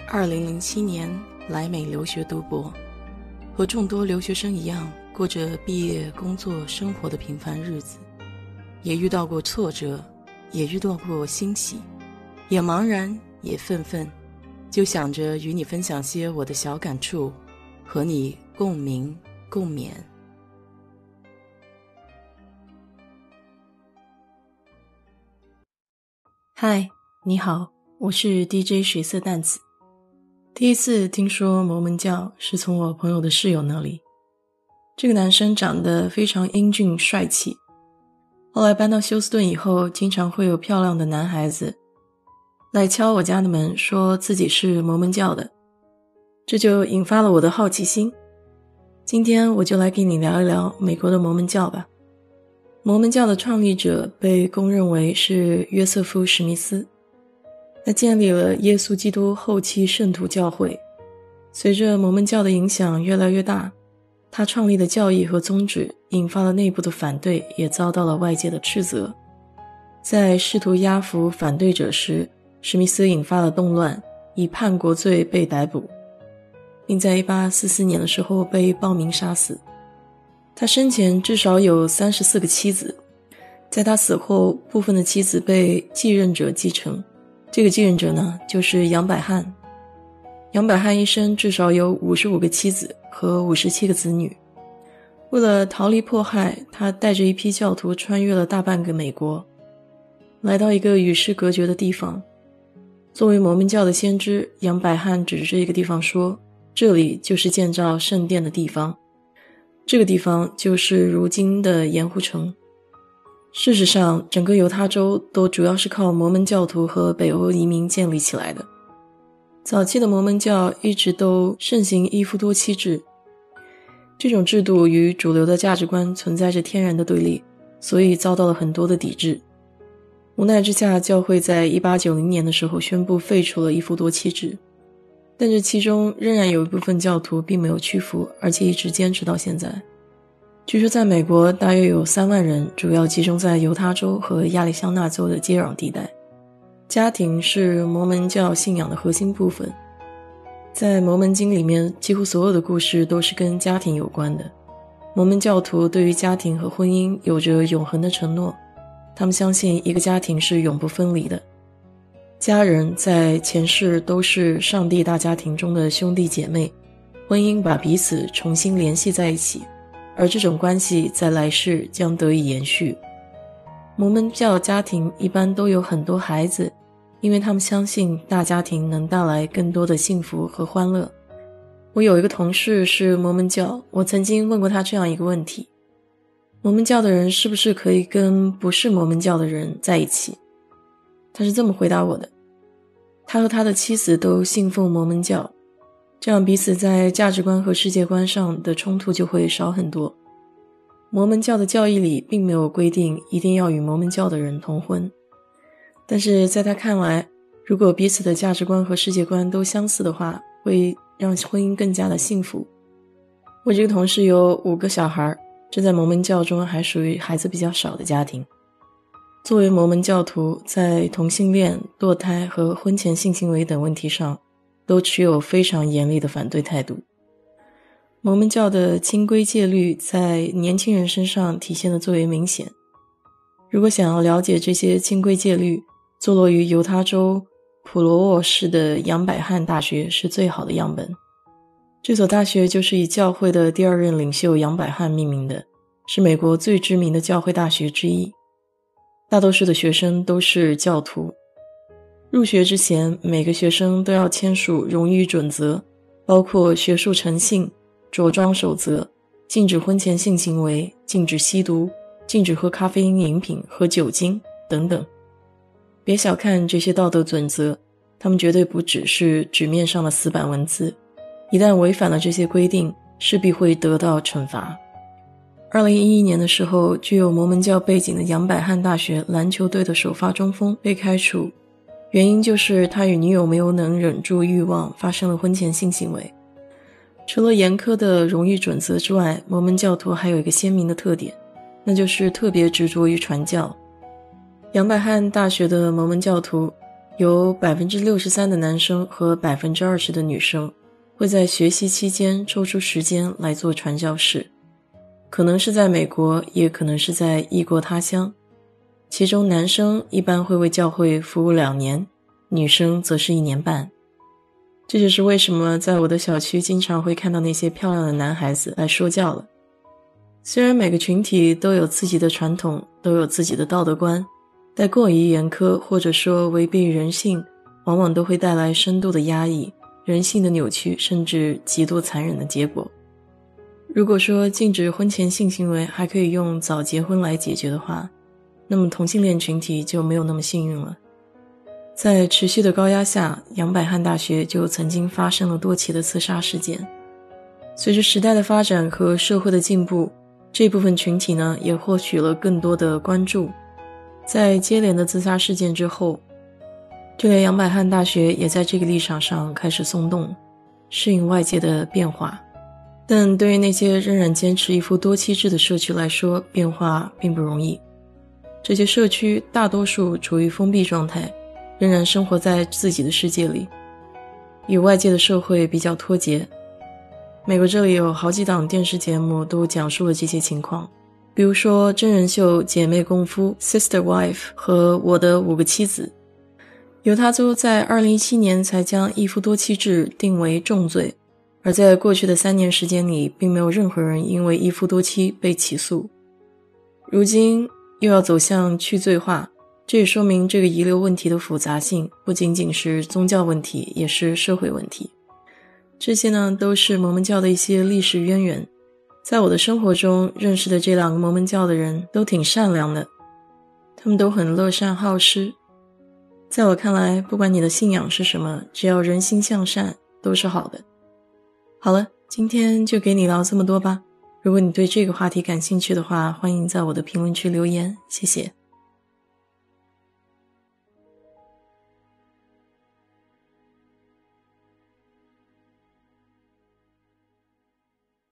2007年来美留学读博，和众多留学生一样，过着毕业、工作、生活的平凡日子，也遇到过挫折，也遇到过欣喜，也茫然，也愤愤，就想着与你分享些我的小感触，和你共鸣共勉。嗨，你好，我是 DJ 水色淡子。第一次听说摩门教是从我朋友的室友那里。这个男生长得非常英俊帅气，后来搬到休斯顿以后，经常会有漂亮的男孩子来敲我家的门，说自己是摩门教的，这就引发了我的好奇心。今天我就来给你聊一聊美国的摩门教吧。摩门教的创立者被公认为是约瑟夫·史密斯，他建立了耶稣基督后期圣徒教会。随着摩门教的影响越来越大，他创立的教义和宗旨引发了内部的反对，也遭到了外界的斥责。在试图压服反对者时，史密斯引发了动乱，以叛国罪被逮捕，并在1844年的时候被暴民杀死。他生前至少有34个妻子，在他死后，部分的妻子被继任者继承。这个继任者呢，就是杨百翰。杨百翰一生至少有55个妻子和57个子女。为了逃离迫害，他带着一批教徒穿越了大半个美国，来到一个与世隔绝的地方。作为摩门教的先知，杨百翰指着这个地方说，这里就是建造圣殿的地方，这个地方就是如今的盐湖城。事实上，整个犹他州都主要是靠摩门教徒和北欧移民建立起来的。早期的摩门教一直都盛行一夫多妻制，这种制度与主流的价值观存在着天然的对立，所以遭到了很多的抵制。无奈之下，教会在1890年的时候宣布废除了一夫多妻制，但这其中仍然有一部分教徒并没有屈服，而且一直坚持到现在。据说在美国大约有3万人，主要集中在犹他州和亚利桑那州的接壤地带。家庭是摩门教信仰的核心部分，在摩门经里面，几乎所有的故事都是跟家庭有关的。摩门教徒对于家庭和婚姻有着永恒的承诺，他们相信一个家庭是永不分离的。家人在前世都是上帝大家庭中的兄弟姐妹，婚姻把彼此重新联系在一起，而这种关系在来世将得以延续。摩门教家庭一般都有很多孩子，因为他们相信大家庭能带来更多的幸福和欢乐。我有一个同事是摩门教，我曾经问过他这样一个问题：摩门教的人是不是可以跟不是摩门教的人在一起？他是这么回答我的：他和他的妻子都信奉摩门教，这样彼此在价值观和世界观上的冲突就会少很多。摩门教的教义里并没有规定一定要与摩门教的人同婚，但是在他看来，如果彼此的价值观和世界观都相似的话，会让婚姻更加的幸福。我这个同事有5个小孩，这在摩门教中还属于孩子比较少的家庭。作为摩门教徒，在同性恋、堕胎和婚前性行为等问题上都持有非常严厉的反对态度。摩门教的清规戒律在年轻人身上体现得最为明显。如果想要了解这些清规戒律，坐落于犹他州普罗沃市的杨百翰大学是最好的样本。这所大学就是以教会的第2任领袖杨百翰命名的，是美国最知名的教会大学之一。大多数的学生都是教徒。入学之前，每个学生都要签署荣誉准则，包括学术诚信、着装守则、禁止婚前性行为、禁止吸毒、禁止喝咖啡因饮品和酒精等等。别小看这些道德准则，他们绝对不只是纸面上的死板文字，一旦违反了这些规定，势必会得到惩罚。2011年的时候，具有摩门教背景的杨百翰大学篮球队的首发中锋被开除，原因就是他与女友没有能忍住欲望，发生了婚前性行为。除了严苛的荣誉准则之外，摩门教徒还有一个鲜明的特点，那就是特别执着于传教。杨百翰大学的摩门教徒有 63% 的男生和 20% 的女生会在学习期间抽出时间来做传教士，可能是在美国，也可能是在异国他乡。其中男生一般会为教会服务2年，女生则是1年半。这就是为什么在我的小区经常会看到那些漂亮的男孩子来说教了。虽然每个群体都有自己的传统，都有自己的道德观，但过于严苛或者说违背人性，往往都会带来深度的压抑、人性的扭曲，甚至极度残忍的结果。如果说禁止婚前性行为还可以用早结婚来解决的话，那么同性恋群体就没有那么幸运了。在持续的高压下，杨百翰大学就曾经发生了多起的自杀事件。随着时代的发展和社会的进步，这部分群体呢也获取了更多的关注。在接连的自杀事件之后，就连杨百翰大学也在这个立场上开始松动，适应外界的变化。但对于那些仍然坚持一夫多妻制的社区来说，变化并不容易。这些社区大多数处于封闭状态，仍然生活在自己的世界里，与外界的社会比较脱节。美国这里有好几档电视节目都讲述了这些情况，比如说真人秀姐妹功夫 Sister Wife 和我的5个妻子。犹他州在2017年才将一夫多妻制定为重罪，而在过去的3年时间里，并没有任何人因为一夫多妻被起诉。如今又要走向去罪化，这也说明这个遗留问题的复杂性不仅仅是宗教问题，也是社会问题。这些呢，都是摩门教的一些历史渊源。在我的生活中认识的这2个摩门教的人都挺善良的，他们都很乐善好施。在我看来，不管你的信仰是什么，只要人心向善，都是好的。好了，今天就给你聊这么多吧。如果你对这个话题感兴趣的话，欢迎在我的评论区留言，谢谢。